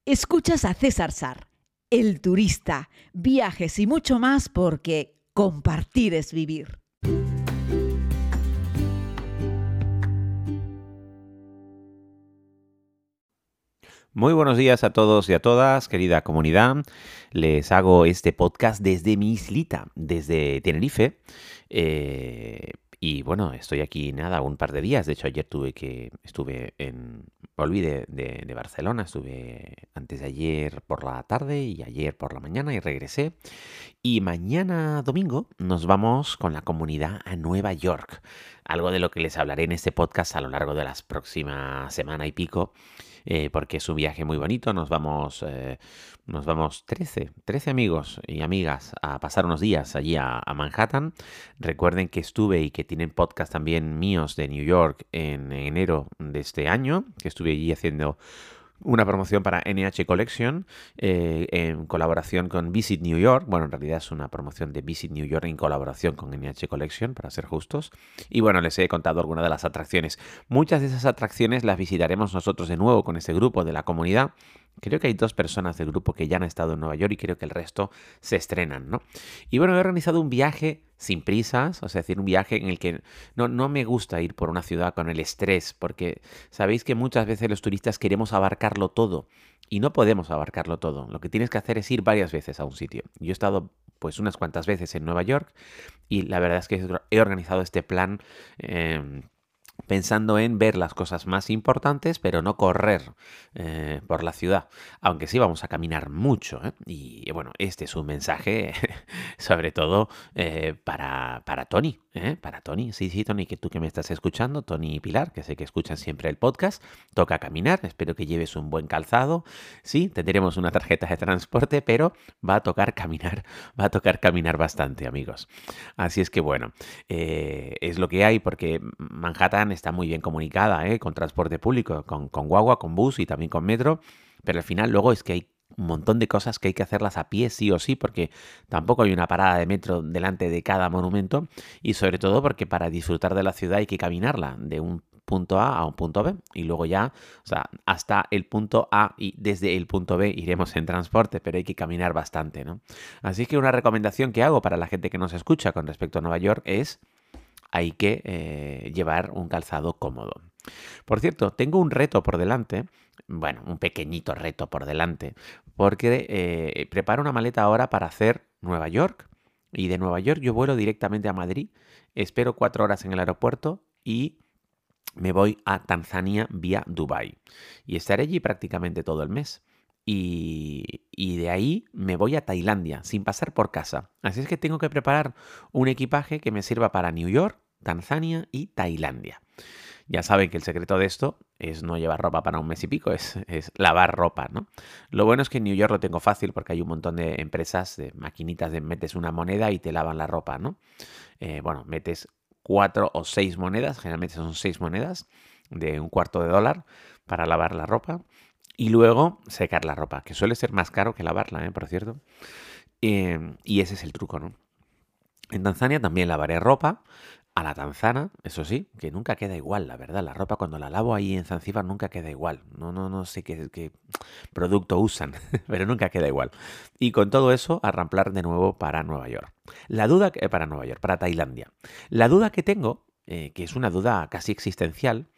Escuchas a César Sar, el turista, viajes y mucho más porque compartir es vivir. Muy buenos días a todos y a todas, querida comunidad. Les hago este podcast desde mi islita, desde Tenerife. Y bueno, estoy aquí nada, un par de días. De hecho, ayer volví de Barcelona. Estuve antes de ayer por la tarde y ayer por la mañana y regresé. Y mañana domingo nos vamos con la comunidad a Nueva York. Algo de lo que les hablaré en este podcast a lo largo de las próximas semana y pico. Porque es un viaje muy bonito. Nos vamos 13 amigos y amigas a pasar unos días allí a Manhattan. Recuerden que estuve y que tienen podcast también míos de New York en enero de este año, que estuve allí haciendo una promoción para NH Collection en colaboración con Visit New York. Bueno, en realidad es una promoción de Visit New York en colaboración con NH Collection, para ser justos. Y bueno, les he contado algunas de las atracciones. Muchas de esas atracciones las visitaremos nosotros de nuevo con este grupo de la comunidad. Creo que hay 2 personas del grupo que ya han estado en Nueva York y creo que el resto se estrenan, ¿no? Y bueno, he organizado un viaje sin prisas, o sea, decir, un viaje en el que no me gusta ir por una ciudad con el estrés, porque sabéis que muchas veces los turistas queremos abarcarlo todo y no podemos abarcarlo todo. Lo que tienes que hacer es ir varias veces a un sitio. Yo he estado pues unas cuantas veces en Nueva York y la verdad es que he organizado este plan pensando en ver las cosas más importantes, pero no correr por la ciudad. Aunque sí vamos a caminar mucho, ¿eh? Y bueno, este es un mensaje sobre todo para Tony. Para Tony, sí, Tony, que tú que me estás escuchando, Tony y Pilar, que sé que escuchan siempre el podcast. Toca caminar, espero que lleves un buen calzado. Sí, tendremos una tarjeta de transporte, pero va a tocar caminar bastante, amigos. Así es que bueno, es lo que hay porque Manhattan está muy bien comunicada, con transporte público, con guagua, con bus y también con metro, pero al final luego es que hay un montón de cosas que hay que hacerlas a pie sí o sí, porque tampoco hay una parada de metro delante de cada monumento y sobre todo porque para disfrutar de la ciudad hay que caminarla de un punto A un punto B y luego ya, o sea, hasta el punto A y desde el punto B iremos en transporte, pero hay que caminar bastante, ¿no? Así que una recomendación que hago para la gente que nos escucha con respecto a Nueva York es hay que llevar un calzado cómodo. Por cierto, tengo un reto por delante, bueno, un pequeñito reto por delante, porque preparo una maleta ahora para hacer Nueva York y de Nueva York yo vuelo directamente a Madrid, espero 4 horas en el aeropuerto y me voy a Tanzania vía Dubái y estaré allí prácticamente todo el mes. Y de ahí me voy a Tailandia sin pasar por casa. Así es que tengo que preparar un equipaje que me sirva para New York, Tanzania y Tailandia. Ya saben que el secreto de esto es no llevar ropa para un mes y pico, es lavar ropa, ¿no? Lo bueno es que en New York lo tengo fácil porque hay un montón de empresas, de maquinitas de metes una moneda y te lavan la ropa, ¿no? Bueno, metes 4 o 6 monedas, generalmente son 6 monedas de $0,25 para lavar la ropa y luego secar la ropa, que suele ser más caro que lavarla, por cierto. Y ese es el truco, ¿no? En Tanzania también lavaré ropa a la tanzana, eso sí, que nunca queda igual, la verdad. La ropa cuando la lavo ahí en Zanzíbar nunca queda igual. No sé qué producto usan, pero nunca queda igual. Y con todo eso, arramplar de nuevo para Nueva York. Para Nueva York, para Tailandia. La duda que tengo, que es una duda casi existencial,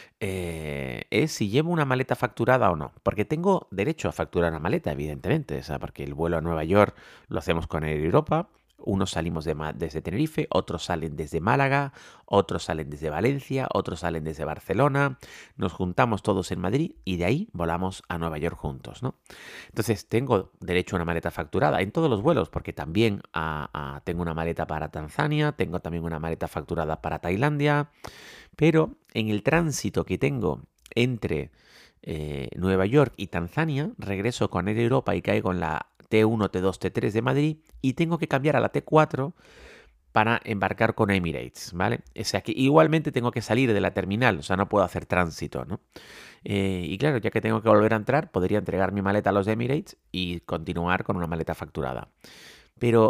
es si llevo una maleta facturada o no. Porque tengo derecho a facturar una maleta, evidentemente. O sea, porque el vuelo a Nueva York lo hacemos con Air Europa. Unos salimos desde Tenerife, otros salen desde Málaga, otros salen desde Valencia, otros salen desde Barcelona. Nos juntamos todos en Madrid y de ahí volamos a Nueva York juntos, ¿no? Entonces tengo derecho a una maleta facturada en todos los vuelos, porque también tengo una maleta para Tanzania, tengo también una maleta facturada para Tailandia, pero en el tránsito que tengo entre Nueva York y Tanzania, regreso con Air Europa y caigo en la T1, T2, T3 de Madrid y tengo que cambiar a la T4 para embarcar con Emirates, ¿vale? O sea que igualmente tengo que salir de la terminal, o sea, no puedo hacer tránsito, ¿no? Y claro, ya que tengo que volver a entrar, podría entregar mi maleta a los Emirates y continuar con una maleta facturada. Pero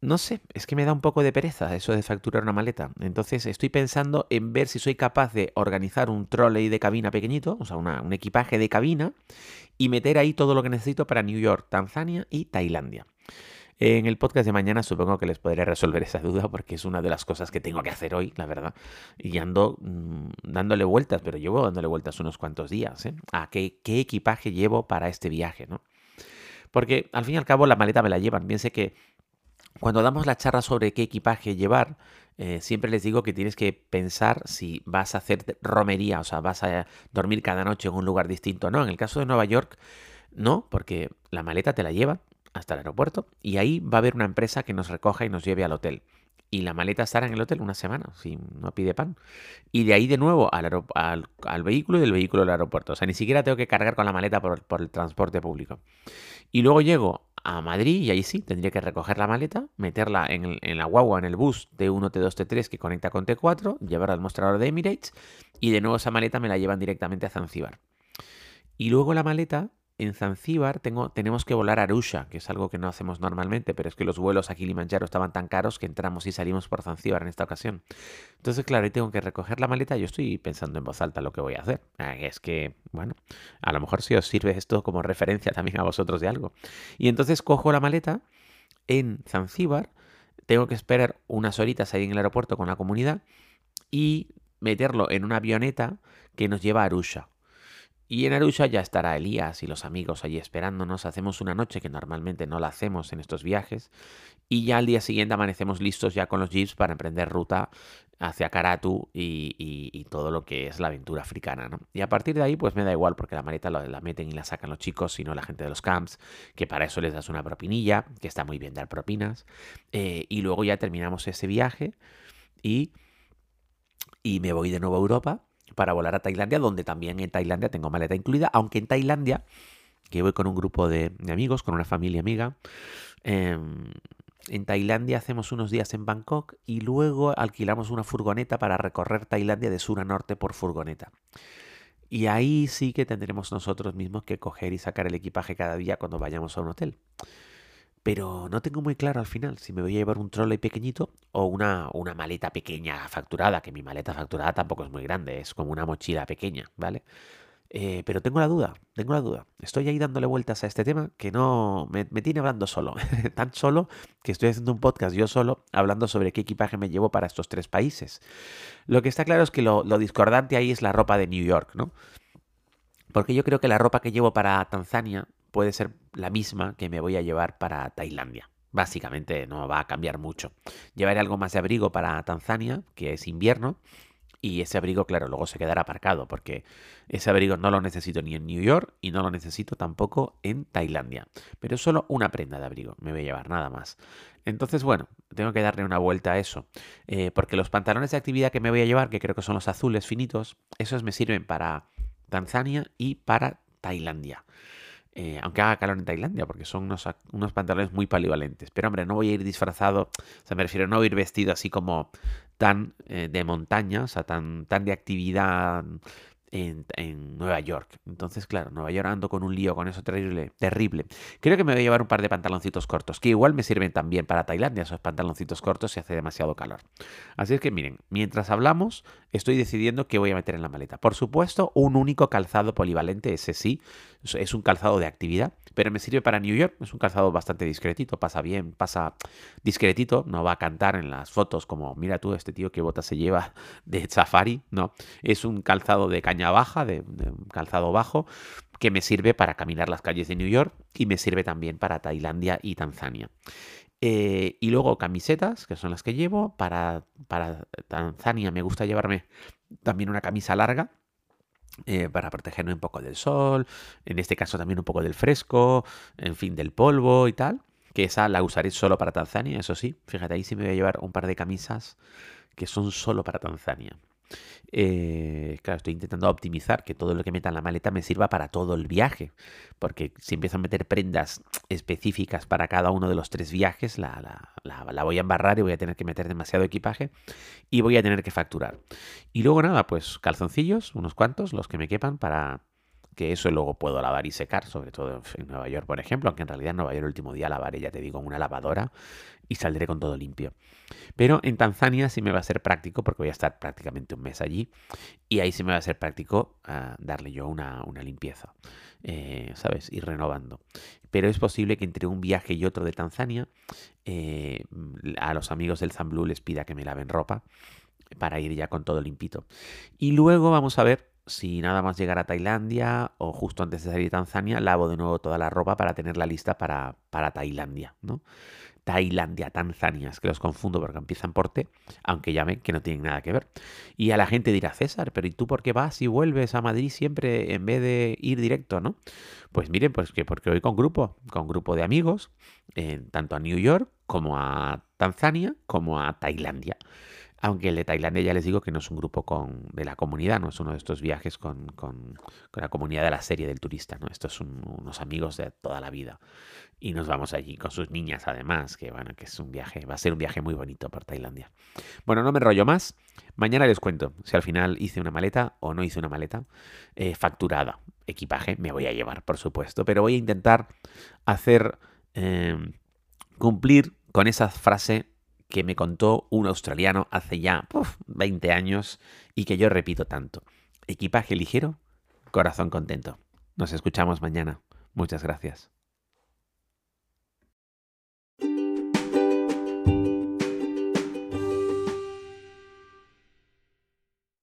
No sé, es que me da un poco de pereza eso de facturar una maleta. Entonces estoy pensando en ver si soy capaz de organizar un trolley de cabina pequeñito, o sea, un equipaje de cabina, y meter ahí todo lo que necesito para New York, Tanzania y Tailandia. En el podcast de mañana supongo que les podré resolver esa duda porque es una de las cosas que tengo que hacer hoy, la verdad. Y ando dándole vueltas, pero llevo dándole vueltas unos cuantos días, ¿eh? A qué equipaje llevo para este viaje, ¿no? Porque al fin y al cabo la maleta me la llevan. Piense que cuando damos la charla sobre qué equipaje llevar, siempre les digo que tienes que pensar si vas a hacer romería, o sea, vas a dormir cada noche en un lugar distinto. No, en el caso de Nueva York, no, porque la maleta te la llevan hasta el aeropuerto y ahí va a haber una empresa que nos recoja y nos lleve al hotel. Y la maleta estará en el hotel una semana, si no pide pan. Y de ahí de nuevo al vehículo y del vehículo al aeropuerto. O sea, ni siquiera tengo que cargar con la maleta por el transporte público. Y luego llego a Madrid y ahí sí, tendría que recoger la maleta, meterla en la guagua, en el bus T1, T2, T3 que conecta con T4, llevarla al mostrador de Emirates y de nuevo esa maleta me la llevan directamente a Zanzíbar. Y luego la maleta, en Zanzíbar tenemos que volar a Arusha, que es algo que no hacemos normalmente, pero es que los vuelos a Kilimanjaro estaban tan caros que entramos y salimos por Zanzíbar en esta ocasión. Entonces, claro, ahí tengo que recoger la maleta. Yo estoy pensando en voz alta lo que voy a hacer. Es que, bueno, a lo mejor si os sirve esto como referencia también a vosotros de algo. Y entonces cojo la maleta en Zanzíbar, tengo que esperar unas horitas ahí en el aeropuerto con la comunidad y meterlo en una avioneta que nos lleva a Arusha. Y en Arusha ya estará Elías y los amigos allí esperándonos. Hacemos una noche que normalmente no la hacemos en estos viajes. Y ya al día siguiente amanecemos listos ya con los jeeps para emprender ruta hacia Karatu y todo lo que es la aventura africana, ¿no? Y a partir de ahí pues me da igual porque la maleta la meten y la sacan los chicos, sino la gente de los camps, que para eso les das una propinilla, que está muy bien dar propinas. Y luego ya terminamos ese viaje y me voy de nuevo a Europa para volar a Tailandia, donde también en Tailandia tengo maleta incluida, aunque en Tailandia, que voy con un grupo de amigos, con una familia amiga, en Tailandia hacemos unos días en Bangkok y luego alquilamos una furgoneta para recorrer Tailandia de sur a norte por furgoneta. Y ahí sí que tendremos nosotros mismos que coger y sacar el equipaje cada día cuando vayamos a un hotel. Pero no tengo muy claro al final si me voy a llevar un trolley pequeñito o una maleta pequeña facturada, que mi maleta facturada tampoco es muy grande, es como una mochila pequeña, ¿vale? Pero tengo la duda, tengo la duda. Estoy ahí dándole vueltas a este tema que no me tiene hablando solo, tan solo que estoy haciendo un podcast yo solo hablando sobre qué equipaje me llevo para estos tres países. Lo que está claro es que lo discordante ahí es la ropa de New York, ¿no? Porque yo creo que la ropa que llevo para Tanzania puede ser la misma que me voy a llevar para Tailandia. Básicamente no va a cambiar mucho. Llevaré algo más de abrigo para Tanzania, que es invierno, y ese abrigo, claro, luego se quedará aparcado, porque ese abrigo no lo necesito ni en New York y no lo necesito tampoco en Tailandia. Pero es solo una prenda de abrigo, me voy a llevar nada más. Entonces, bueno, tengo que darle una vuelta a eso. Porque los pantalones de actividad que me voy a llevar, que creo que son los azules finitos, esos me sirven para Tanzania y para Tailandia. Aunque haga calor en Tailandia, porque son unos pantalones muy polivalentes. Pero hombre, no voy a ir disfrazado, o sea, me refiero, no voy a ir vestido así como tan de montaña, o sea, tan de actividad en Nueva York. Entonces, claro, Nueva York ando con un lío con eso terrible, terrible. Creo que me voy a llevar un par de pantaloncitos cortos, que igual me sirven también para Tailandia, esos pantaloncitos cortos si hace demasiado calor. Así es que miren, mientras hablamos, estoy decidiendo qué voy a meter en la maleta. Por supuesto, un único calzado polivalente, ese sí, es un calzado de actividad, pero me sirve para New York, es un calzado bastante discretito, pasa bien, pasa discretito, no va a cantar en las fotos como, mira tú, este tío qué botas se lleva de safari, no, es un calzado de caña baja, de un calzado bajo, que me sirve para caminar las calles de New York y me sirve también para Tailandia y Tanzania. Y luego camisetas, que son las que llevo. Para Tanzania me gusta llevarme también una camisa larga para protegerme un poco del sol, en este caso también un poco del fresco, en fin, del polvo y tal. Que esa la usaré solo para Tanzania, eso sí. Fíjate, ahí sí me voy a llevar un par de camisas que son solo para Tanzania. Claro, estoy intentando optimizar que todo lo que meta en la maleta me sirva para todo el viaje, porque si empiezo a meter prendas específicas para cada uno de los tres viajes, la voy a embarrar y voy a tener que meter demasiado equipaje y voy a tener que facturar. Y luego nada, pues calzoncillos, unos cuantos, los que me quepan que eso luego puedo lavar y secar, sobre todo en Nueva York, por ejemplo, aunque en realidad en Nueva York el último día lavaré, ya te digo, en una lavadora y saldré con todo limpio. Pero en Tanzania sí me va a ser práctico, porque voy a estar prácticamente un mes allí, y ahí sí me va a ser práctico darle yo una limpieza, ¿sabes? Ir renovando. Pero es posible que entre un viaje y otro de Tanzania, a los amigos del Zamblú les pida que me laven ropa para ir ya con todo limpito. Y luego vamos a ver si nada más llegar a Tailandia o justo antes de salir de Tanzania, lavo de nuevo toda la ropa para tenerla lista para Tailandia, ¿no? Tailandia, Tanzania, es que los confundo porque empiezan por T, aunque ya ven que no tienen nada que ver. Y a la gente dirá, César, pero ¿y tú por qué vas y vuelves a Madrid siempre en vez de ir directo, no? Pues miren, pues que porque voy con grupo de amigos, tanto a New York como a Tanzania como a Tailandia. Aunque el de Tailandia ya les digo que no es un grupo de la comunidad, no es uno de estos viajes con la comunidad de la serie del turista, ¿no? Estos son unos amigos de toda la vida. Y nos vamos allí con sus niñas además, que bueno, que es un viaje, va a ser un viaje muy bonito por Tailandia. Bueno, no me enrollo más. Mañana les cuento si al final hice una maleta o no hice una maleta facturada. Equipaje me voy a llevar, por supuesto, pero voy a intentar hacer cumplir con esa frase que me contó un australiano hace ya 20 años y que yo repito tanto. Equipaje ligero, corazón contento. Nos escuchamos mañana. Muchas gracias.